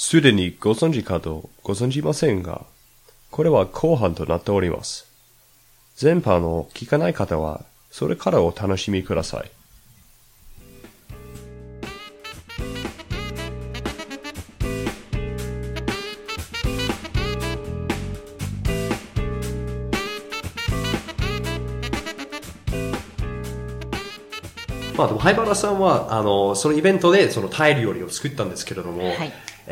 すでにご存知かとご存じませんが、これは後半となっております。前半を聞かない方は、それからお楽しみください。まあでも、灰原さんは、そのイベントでそのタイ料理を作ったんですけれども、 はい。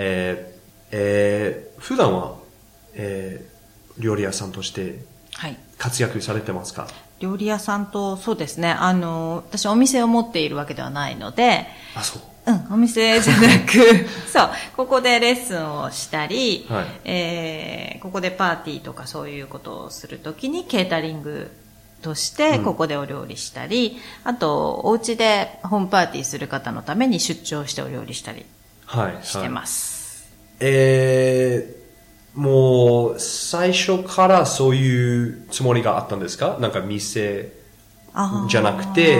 普段は、料理屋さんとして活躍されてますか？はい、 料理屋さんと、そうですね。私お店を持っているわけではないので、 あ、そう。 お店じゃなく、そう、ここでレッスンをしたり、 はい、 ここでパーティーとかそういうことをするときにケータリングとしてここでお料理したり、あとお家でホームパーティーする方のために出張してお料理したりしてます。 はいはい、もう最初からそういうつもりがあったんですか？なんか店じゃなくて、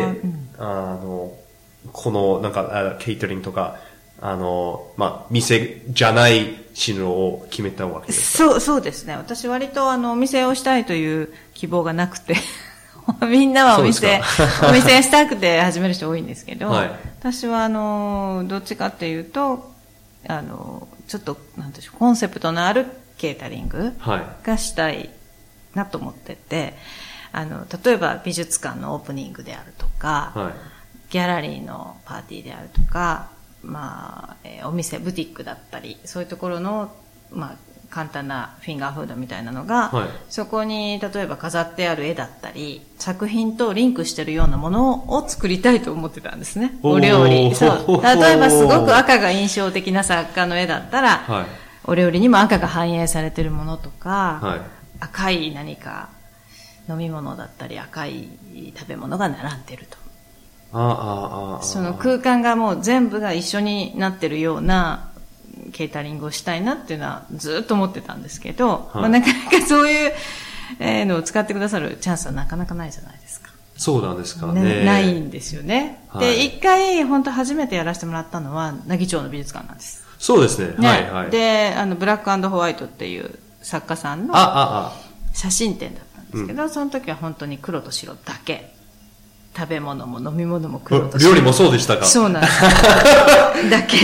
このなんかケータリングとかまあ店じゃない進路を決めたわけですか？ そうですね。私割とお店をしたいという希望がなくてみんなはお店したくて始める人多いんですけど、はい、私はどっちかっていうとちょっとなんでしょう、コンセプトのあるケータリングがしたいなと思ってて、例えば美術館のオープニングであるとか、はい、ギャラリーのパーティーであるとか、まあお店ブティックだったり、そういうところのまあ簡単なフィンガーフードみたいなのが、はい、そこに例えば飾ってある絵だったり作品とリンクしてるようなものを作りたいと思ってたんですね。お料理、そう、例えばすごく赤が印象的な作家の絵だったら、はい、お料理にも赤が反映されてるものとか、はい、赤い何か飲み物だったり赤い食べ物が並んでると、その空間がもう全部が一緒になってるようなケータリングをしたいなっていうのはずっと思ってたんですけど、はい、まあ、なかなかそういうのを使ってくださるチャンスはなかなかないじゃないですか。 そうなんですかね。 ないんですよね。はい、で、一回本当初めてやらせてもらったのは奈義町の美術館なんです。 そうですね。はいはい。 で、ブラック&ホワイトっていう作家さんの写真展だったんですけど、その時は本当に黒と白だけ。食べ物も飲み物も黒と白。 料理もそうでしたか？ そうなんです。だけ。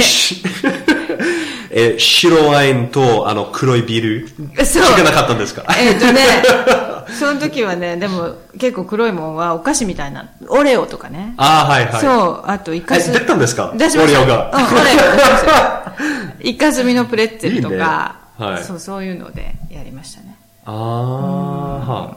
白ワインと黒いビールしかなかったんですか？ その時はね、でも結構黒いもんはお菓子みたいな、オレオとかね。 ああ、はいはい。 そう、あとイカスミ。 出たんですか？ 出しました。 オレオが。 オレオ出しました。イカスミのプレッツェルとか、いいね、はい、そういうのでやりましたね。 はい。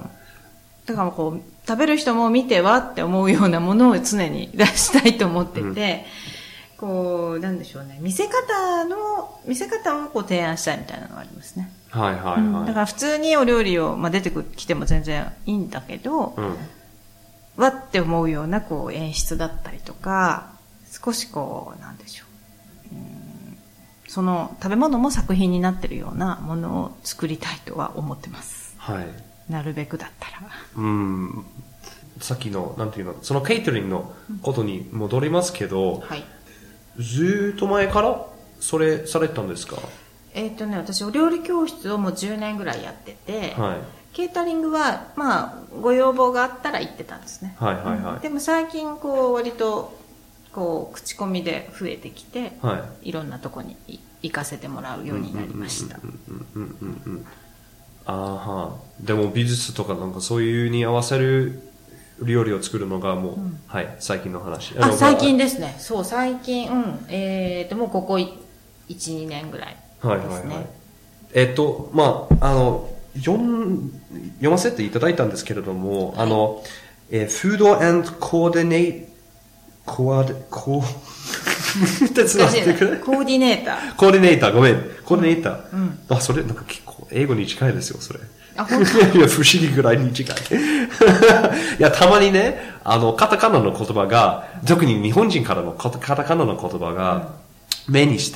だからこう、食べる人も見てはって思うようなものを常に出したいと思ってて、こう、なんでしょうね。見せ方をこう提案したいみたいなのがありますね。 はいはいはい。 だから普通にお料理を、まあ、出てきても全然いいんだけど、わって思うようなこう演出だったりとか、少しこう、なんでしょう。その食べ物も作品になってるようなものを作りたいとは思ってます。 はい。 なるべくだったら。 さっきの、なんていうの、そのケータリングのことに戻りますけど、はい。ずっと前からそれされたんですか？ 私お料理教室をもう10年ぐらいやってて、 はい、 ケータリングはまあご要望があったら行ってたんですね。 はいはいはい。 でも最近こう割とこう口コミで増えてきて、はい、いろんなとこに行かせてもらうようになりました。 でも美術とかなんかそういうに合わせる料理を作るのがもう、はい、最近の話。 最近ですね。そう、最近、もうここ1、2年ぐらいですね。はいはいはい。 まあ、読ませていただいたんですけれども、はい、フード&コーディネーター、ごめん。コーディネーター。それなんか結構英語に近いですよ、それ。いや、不思議ぐらいに近い。いや、たまにね、カタカナの言葉が、特に日本人からのカタカナの言葉が、目にして、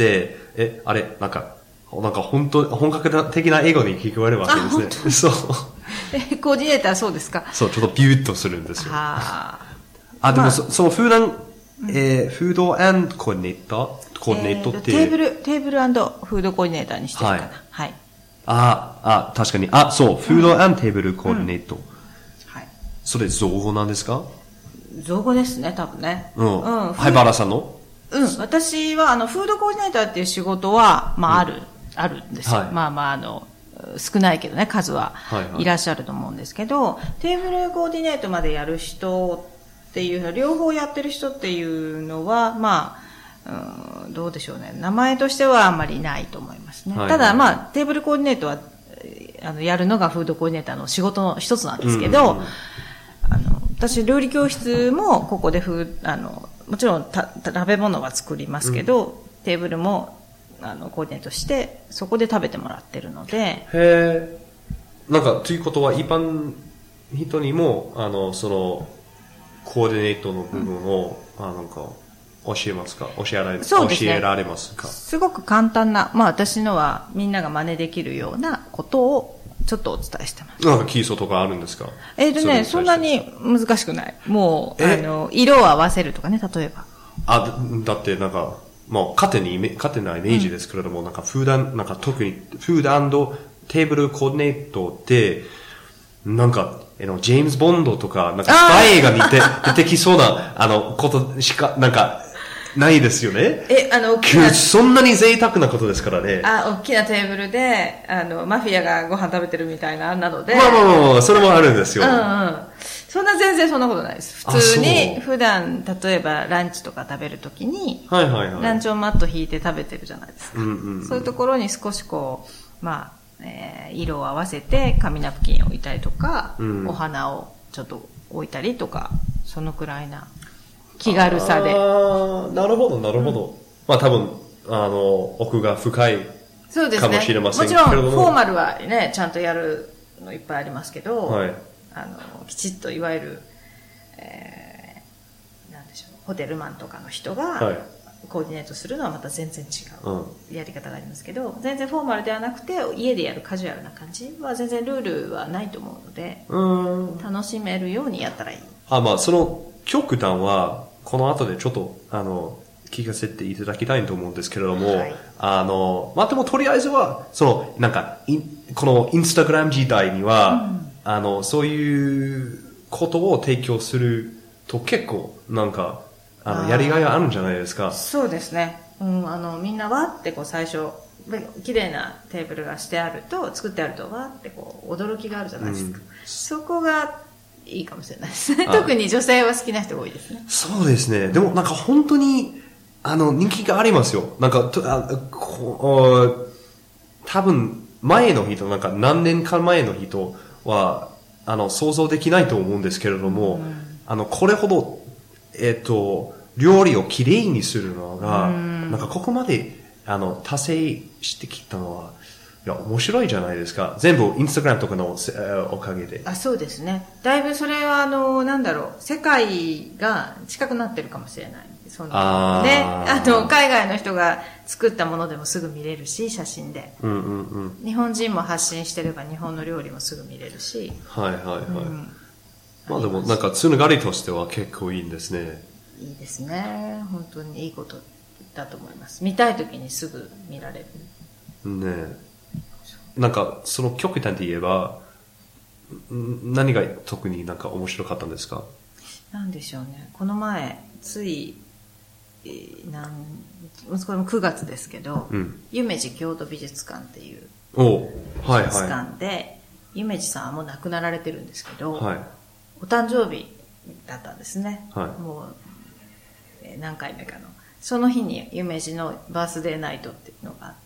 あれ、なんか本格的な英語に聞こえるわけですね。そう。 コーディネーターそうですか？ そう、ちょっとビューッとするんですよ。でもそのフード&コーディネーターコーディネートって。 テーブルフードコーディネーターにしてるかな。はい。 確かに。そう、フード&テーブルコーディネート。はい。それ造語なんですか？ 造語ですね、多分ね。 はい、バラさんの？ 私は、フードコーディネーターっていう仕事は、あるんですよ。少ないけどね、数はいらっしゃると思うんですけど、テーブルコーディネートまでやる人っていうの、両方やってる人っていうのは、どうでしょうね。名前としてはあんまりないと思いますね。ただ、テーブルコーディネートは、やるのがフードコーディネーターの仕事の一つなんですけど、私、料理教室もここでもちろん食べ物は作りますけど、テーブルもコーディネートしてそこで食べてもらってるので。 なんかということは一般人にもそのコーディネートの部分を、なんか教えますか？教えられますか？ すごく簡単な、私のはみんなが真似できるようなことをちょっとお伝えしてます。 なんか基礎とかあるんですか？ そんなに難しくない。もう色を合わせるとかね、例えば。 だってなんか勝手なイメージですけれども、なんかなんか特にフード&テーブルコーディネートって、なんか、ジェームズ・ボンドとか、なんかスパイ映画に出てきそうな、ことしか、なんか、ないですよね。そんなに贅沢なことですからね。 大きなテーブルで、マフィアがご飯食べてるみたいな、なので。 それもあるんですよ。 全然そんなことないです。普通に、普段、例えばランチとか食べるときに、ランチョンマット引いて食べてるじゃないですか。そういうところに少し色を合わせて紙ナプキンを置いたりとか、お花をちょっと置いたりとか、そのくらいな気軽さで。 なるほど、なるほど。多分、奥が深いかもしれませんけれども。 もちろん、フォーマルはね、ちゃんとやるのいっぱいありますけど、きちっといわゆる、なんでしょう、ホテルマンとかの人が、コーディネートするのはまた全然違うやり方がありますけど、全然フォーマルではなくて家でやるカジュアルな感じは全然ルールはないと思うので、楽しめるようにやったらいい。 その極端はこの後でちょっと聞かせていただきたいと思うんですけれども、でもとりあえずはなんかこのインスタグラム時代には、そういうことを提供すると結構なんかやりがいがあるんじゃないですか。 そうですね。みんなわって最初、綺麗なテーブルがしてあると、作ってあるとわって驚きがあるじゃないですか。そこがいいかもしれないですね。特に女性は好きな人が多いですね。 そうですね。でもなんか本当に、人気がありますよ。なんか、多分、前の人、なんか何年か前の人は、想像できないと思うんですけれども、これほど、料理をきれいにするのが、なんかここまで、達成してきたのは、いや、面白いじゃないですか。全部インスタグラムとかのおかげで。 そうですね。だいぶそれは、世界が近くなってるかもしれない。海外の人が作ったものでもすぐ見れるし、写真で。日本人も発信してれば日本の料理もすぐ見れるし。 でもなんかつながりとしては結構いいんですね。 いいですね。本当にいいことだと思います。見たい時にすぐ見られる。 ねえ。なんかその極端で言えば、何が特になんか面白かったんですか？ なんでしょうね。この前、つい、これも9月ですけど、夢二京都美術館っていう美術館で、夢二さんはもう亡くなられてるんですけど、お誕生日だったんですね。もう何回目かの。その日に夢二のバースデーナイトっていうのがあって、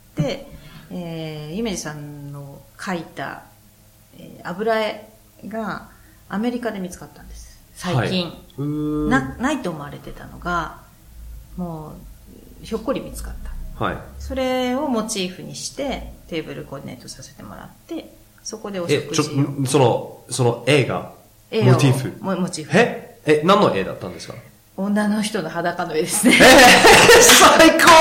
夢二さんの描いた、油絵がアメリカで見つかったんです。最近、ないと思われてたのが、もうひょっこり見つかった。それをモチーフにしてテーブルコーディネートさせてもらって、そこでお食事を。 その映画モチーフ。 モチーフ。 何の絵だったんですか？ 女の人の裸の絵ですね。 最高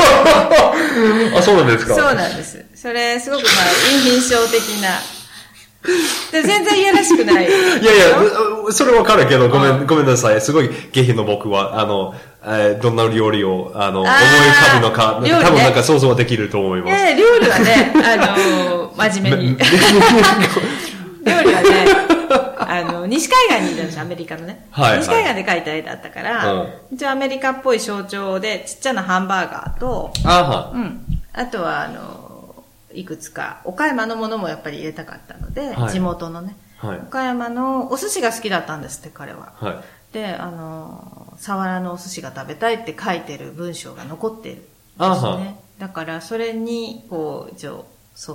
そうなんですか？ そうなんです。それ、すごく印象的なで全然いやらしくない。いやいや、それわかるけど、ごめんなさい。すごい下品の僕は、どんな料理を、思い浮かぶのか、多分なんか想像はできると思います。 料理はね、真面目に。料理はね、西海岸にいたんですよ、アメリカのね。はい、西海岸で描いた絵だったから、一応アメリカっぽい象徴で、ちっちゃなハンバーガーと、あとは、いくつか、岡山のものもやっぱり入れたかったので、地元のね、岡山のお寿司が好きだったんですって、彼は。で、サワラのお寿司が食べたいって書いてる文章が残っているんですね。だから、それに、こう、沿って、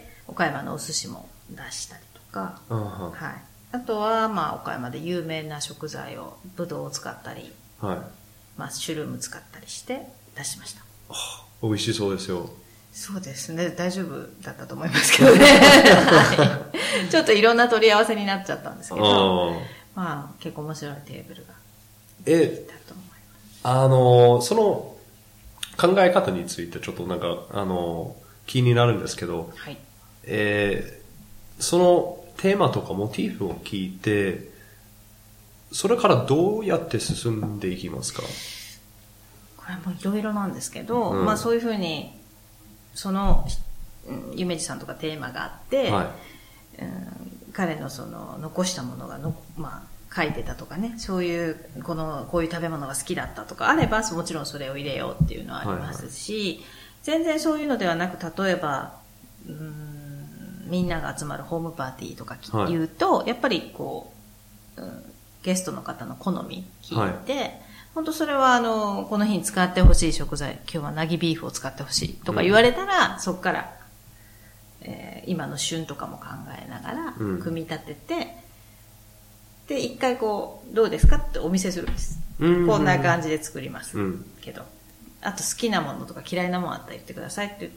岡山のお寿司も出したりとか、あとは、まあ、岡山で有名な食材を、ブドウを使ったり、マッシュルーム使ったりして出しました。 美味しそうですよ。 そうですね。大丈夫だったと思いますけどね。ちょっといろんな取り合わせになっちゃったんですけど、まあ、結構面白いテーブルができたと思います。 その考え方についてちょっとなんか、気になるんですけど、そのテーマとかモチーフを聞いて、それからどうやって進んでいきますか？ これもいろいろなんですけど、まあそういうふうに、その、夢二さんとかテーマがあって、彼のその残したものがまあ書いてたとかね、そういうこういう食べ物が好きだったとかあれば、もちろんそれを入れようっていうのはありますし、全然そういうのではなく、例えばみんなが集まるホームパーティーとか言うと、やっぱりこう、ゲストの方の好み聞いて、本当それはこの日に使ってほしい食材、今日はナギビーフを使ってほしいとか言われたら、そこから、今の旬とかも考えながら組み立てて、で一回こうどうですかってお見せするんです、こんな感じで作ります、けどあと好きなものとか嫌いなものあったら言ってくださいって言って、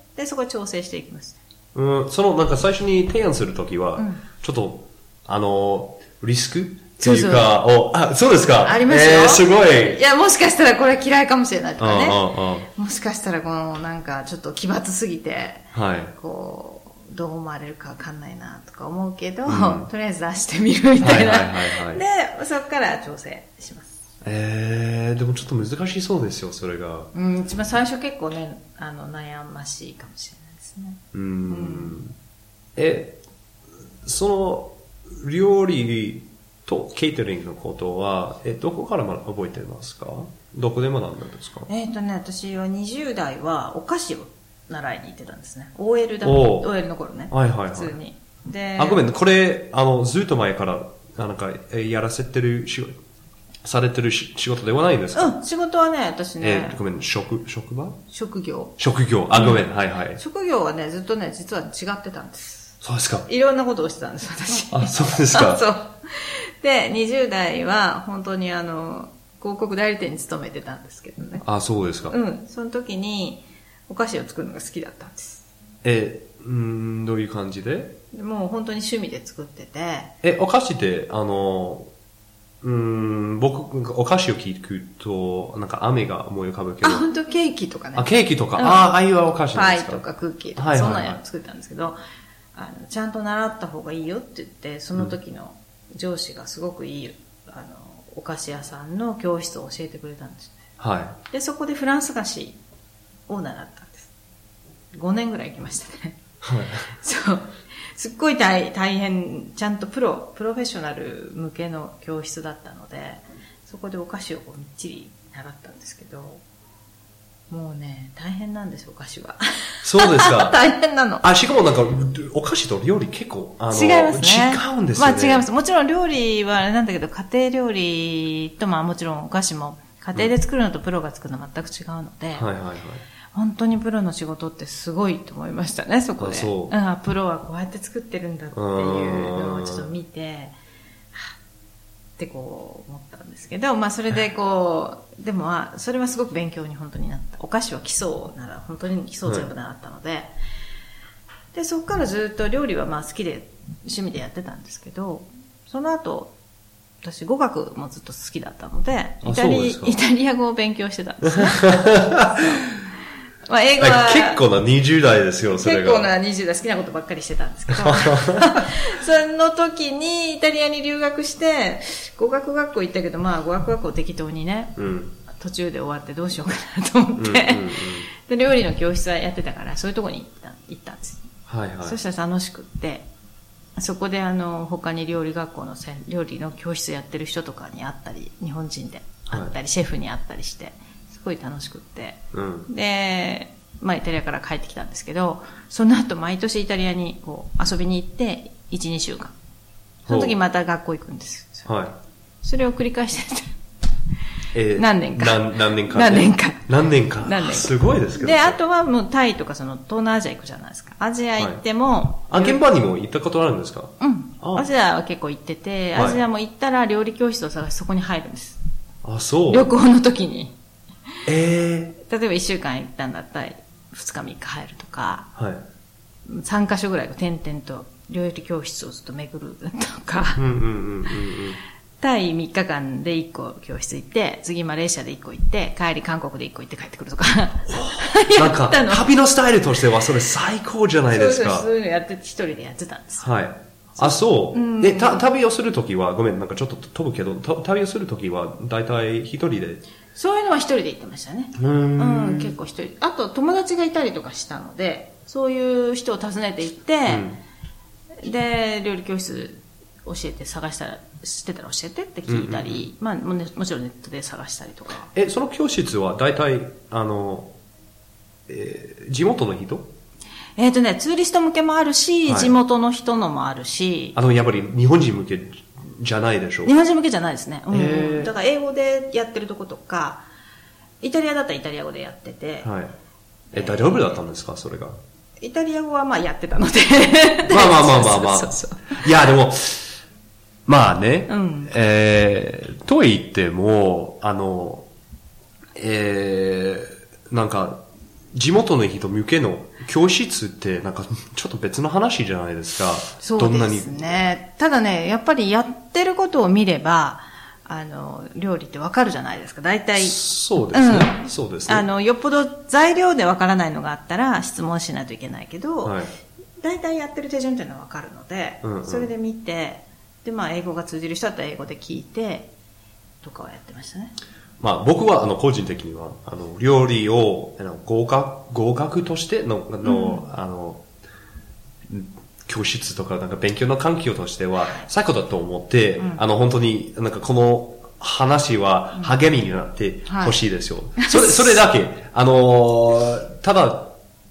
でそこで調整していきます。 そのなんか最初に提案するときは、ちょっとリスクっていうか、そうですか。 ありますよ。 すごい。 いや、もしかしたらこれ嫌いかもしれないとかね。もしかしたらこのなんかちょっと奇抜すぎて、こう、どう思われるかわかんないなとか思うけど、とりあえず出してみるみたいな。で、そこから調整します。 でもちょっと難しそうですよ、それが。 一番最初結構ね、悩ましいかもしれないですね。 その、料理、とケータリングのことは、どこから覚えてますか？どこで学んだんですか？ 私は20代はお菓子を習いに行ってたんですね。OL の頃ね。普通に。で、 ごめん、これ、ずっと前から、なんか、されてる仕事ではないんですか？ 仕事はね、私ね。 ごめん、職場？ 職業。 ごめん、 職業はね、ずっとね、実は違ってたんです。 そうですか。 いろんなことをしてたんです、私。 そうですか。 そう。で、20代は本当に広告代理店に勤めてたんですけどね。 そうですか。 その時にお菓子を作るのが好きだったんです。 どういう感じで？ もう本当に趣味で作ってて。 お菓子って僕、お菓子を聞くと、なんか飴が思い浮かぶけど。 本当ケーキとかね。 ケーキとか。ああいうお菓子なんですか？パイとかクッキーとか、そんなの作ったんですけど、ちゃんと習った方がいいよって言って、その時の上司がすごくいい、お菓子屋さんの教室を教えてくれたんですね。で、そこでフランス菓子を習ったんです。5年ぐらい行きましたね。そう。すっごい大変、ちゃんとプロフェッショナル向けの教室だったので、そこでお菓子をみっちり習ったんですけど、もうね、大変なんですよ、お菓子は。 そうですか。 大変なの。 しかもなんか、お菓子と料理結構、 違いますね。 違うんですよね。 違います。もちろん料理はあれなんだけど、家庭料理と、もちろんお菓子も、家庭で作るのとプロが作るのは全く違うので、本当にプロの仕事ってすごいと思いましたね、そこで。プロはこうやって作ってるんだっていうのをちょっと見て、ってこう思ったんですけど、それでこう、でもそれはすごく勉強に本当になった。お菓子は基礎本当に基礎を全部習ったので、で、そこからずっと料理は好きで、趣味でやってたんですけど、その後、私語学もずっと好きだったので、イタリア語を勉強してたんですね。 まあ、英語は。 結構な20代ですよ、それが。 結構な20代好きなことばっかりしてたんですけど。その時にイタリアに留学して、語学学校行ったけど、まあ語学学校適当にね、途中で終わってどうしようかなと思って、で、料理の教室はやってたから、そういうとこに行ったんです。 はいはい。 そしたら楽しくって、そこで他に料理学校の料理の教室やってる人とかに会ったり、日本人で会ったり、シェフに会ったりして、すごい楽しくって、で、まあイタリアから帰ってきたんですけど、その後毎年イタリアにこう遊びに行って、1、2週間。その時また学校行くんです。 はい。 それを繰り返してて。何年か。 何年か。 何年か。 すごいですけど。 で、あとはもうタイとか東南アジア行くじゃないですか。アジア行っても。 現場にも行ったことあるんですか？ アジアは結構行ってて、アジアも行ったら料理教室を探してそこに入るんです。 あ、そう。 旅行の時に。 例えば1週間行ったんだったら、2日3日入るとか、3カ所ぐらい点々と料理教室をずっと巡るとか、タイ3日間で1個教室行って、次マレーシアで1個行って、帰り韓国で1個行って帰ってくるとか。 なんか、旅のスタイルとしてはそれ最高じゃないですか。 そういうのやって、一人でやってたんです。 はい。あ、そう。で、旅をするときは、ごめん、なんかちょっと飛ぶけど、旅をするときは、だいたい一人で。 そういうのは一人で行ってましたね。結構一人。あと、友達がいたりとかしたので、そういう人を訪ねて行って、で、料理教室教えて探したら、知ってたら教えてって聞いたり、まあ、もちろんネットで探したりとか。 その教室はだいたい、地元の人？ ツーリスト向けもあるし、地元の人のもあるし。 やっぱり日本人向けじゃないでしょう？ 日本人向けじゃないですね。だから英語でやってるとことか、イタリアだったらイタリア語でやってて。 はい。大丈夫だったんですか、それが？ イタリア語はまあやってたので。 まあ。いや、でも、まあね、と言っても、なんか、地元の人向けの教室ってなんかちょっと別の話じゃないですか。 そうですね。ただね、やっぱりやってることを見れば、料理ってわかるじゃないですか。大体。 そうですね。そうですね。 よっぽど材料でわからないのがあったら質問しないといけないけど、大体やってる手順っていうのはわかるので、それで見て、で、まあ、英語が通じる人だったら英語で聞いて、とかはやってましたね。 まあ、僕は、個人的には、料理を、合格としての、教室とか、なんか勉強の環境としては、最高だと思って、本当に、なんかこの話は励みになってほしいですよ。それだけ。ただ、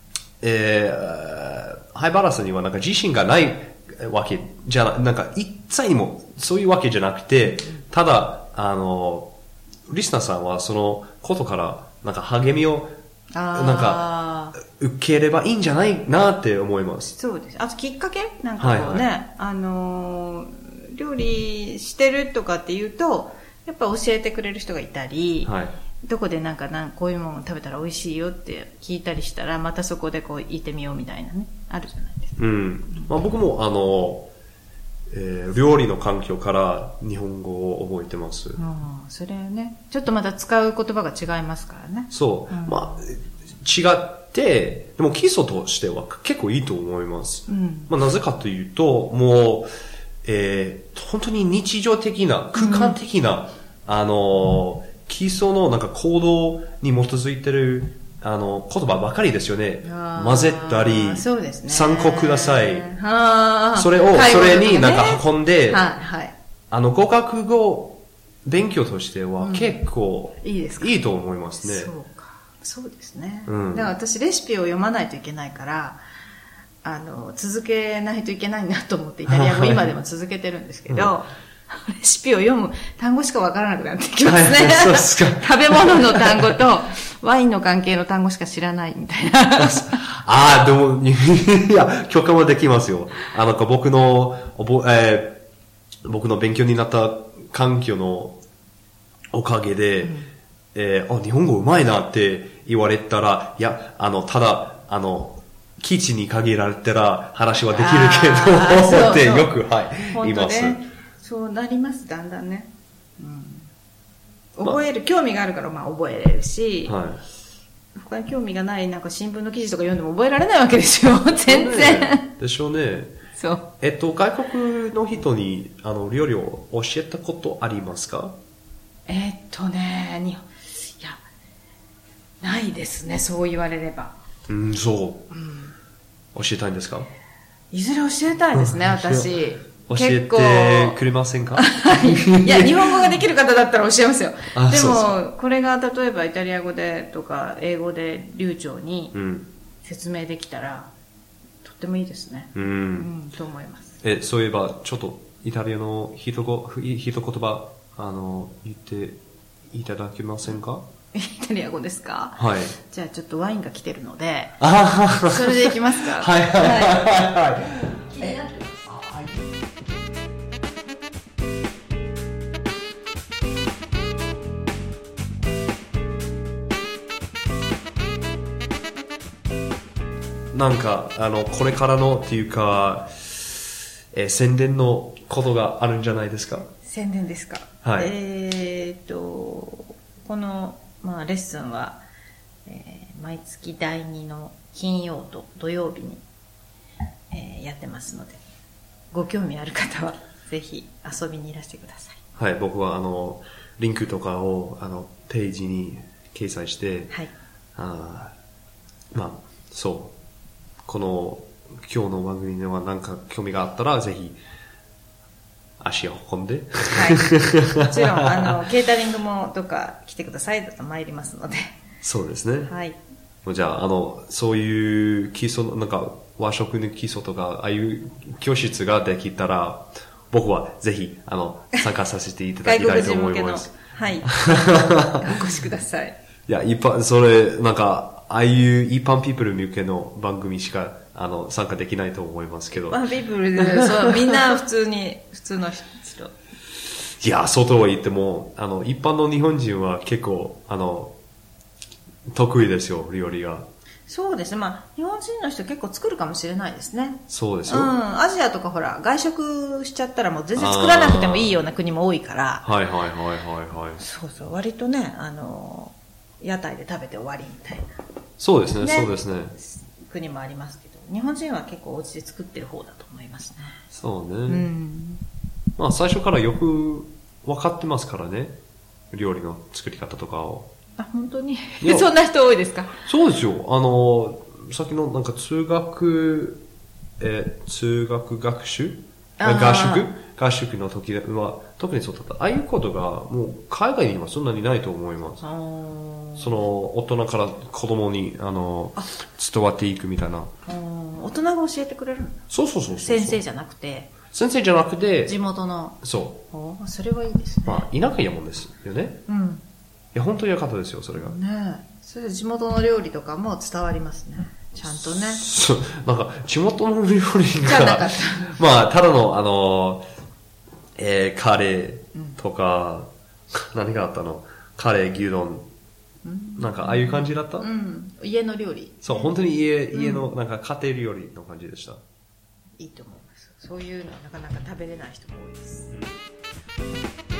ハイバランスにはなんか自信がないわけじゃなんか一切にもそういうわけじゃなくて、ただ、リスナーさんはそのことからなんか励みをなんか受ければいいんじゃないなって思います。 そうです。あときっかけなんかこうね、料理してるとかっていうとやっぱ教えてくれる人がいたり、どこでなんかこういうもの食べたら美味しいよって聞いたりしたらまたそこでこう行ってみようみたいなねあるじゃないですか。 まあ、僕も料理の環境から日本語を覚えてます。 それね、ちょっとまた使う言葉が違いますからね。 そう。まあ、違って、でも基礎としては結構いいと思います。まあ、なぜかというと、もう、本当に日常的な、空間的な、基礎のなんか行動に基づいてる、言葉ばかりですよね。混ぜたり、 そうですね、 参考ください。それになんか運んで、語学語勉強としては結構いいと思いますね。 そうか。そうですね。だから私レシピを読まないといけないから、続けないといけないなと思ってイタリア語今でも続けてるんですけど、レシピを読む単語しかわからなくなってきますね。 そうですか。 食べ物の単語とワインの関係の単語しか知らないみたいな。 でも、いや、共感はできますよ。なんか僕の勉強になった環境のおかげで、日本語うまいなって言われたら、いや、ただ、基地に限られたら話はできるけど、ってよく、言います。 そうなります、だんだんね。覚える、興味があるから、まあ覚えれるし、 他に興味がないなんか新聞の記事とか読んでも覚えられないわけですよ。全然。 でしょうね。 そう。 外国の人に料理を教えたことありますか？ いや、ないですね、そう言われれば。 そう。教えたいんですか？ いずれ教えたいですね、私。 教えてくれませんか？ いや、日本語ができる方だったら教えますよ。でも、これが例えばイタリア語でとか英語で流暢に説明できたら、とってもいいですね。と思います。 そういえば、ちょっとイタリアの一言葉、言っていただけませんか？ イタリア語ですか？ はい。 じゃあちょっとワインが来てるので、それでいきますか？ はいはいはい。 気になってます。 なんか、これからのっていうか、宣伝のことがあるんじゃないですか？ 宣伝ですか？ はい。 この、レッスンは、毎月第2の金曜と土曜日に、やってますので、ご興味ある方はぜひ遊びにいらしてください。 はい、僕はリンクとかをページに掲載して、 はい、 そう。この今日の番組では何か興味があったらぜひ足を運んで、 はい、もちろんケータリングもとか来てくださいだと参りますので。 そうですね。 はい。 じゃあそういう基礎なんか和食の基礎とかああいう教室ができたら僕はぜひ参加させていただきたいと思います。 はい。お越しください。 いやそれなんか。ああいう一般ピープル向けの番組しか参加できないと思いますけど。 一般ピープルで、そう、みんな普通の人。 いや、外は言っても、一般の日本人は結構、得意ですよ、料理が。 そうですね。日本人の人結構作るかもしれないですね。 そうですよ。 アジアとかほら、外食しちゃったらもう全然作らなくてもいいような国も多いから。 はいはいはいはいはい。 そうそう、割とね、屋台で食べて終わりみたいな。 そうですね、そうですね。 国もありますけど、日本人は結構お家で作ってる方だと思いますね。 そうね。最初からよく分かってますからね。料理の作り方とかを。 本当にそんな人多いですか？ そうですよ。さっきのなんか通学学習合宿の時は特にそうだった。ああいうことがもう海外にはそんなにないと思います。その大人から子供に伝わっていくみたいな。 大人が教えてくれるんだ。 そう。 先生じゃなくて。 地元の。 そう。 それはいいですね。 田舎やもんですよね。いや本当に良かったですよそれが。 ねえ。それで地元の料理とかも伝わりますね。ちゃんとね。 そう、なんか、地元の料理が、 じゃなかった。 ただの、カレーとか、何があったの？カレー、牛丼。なんか、ああいう感じだった？ 家の料理。 そう、本当に家の、なんか、家庭料理の感じでした。 いいと思います。そういうのはなかなか食べれない人も多いです。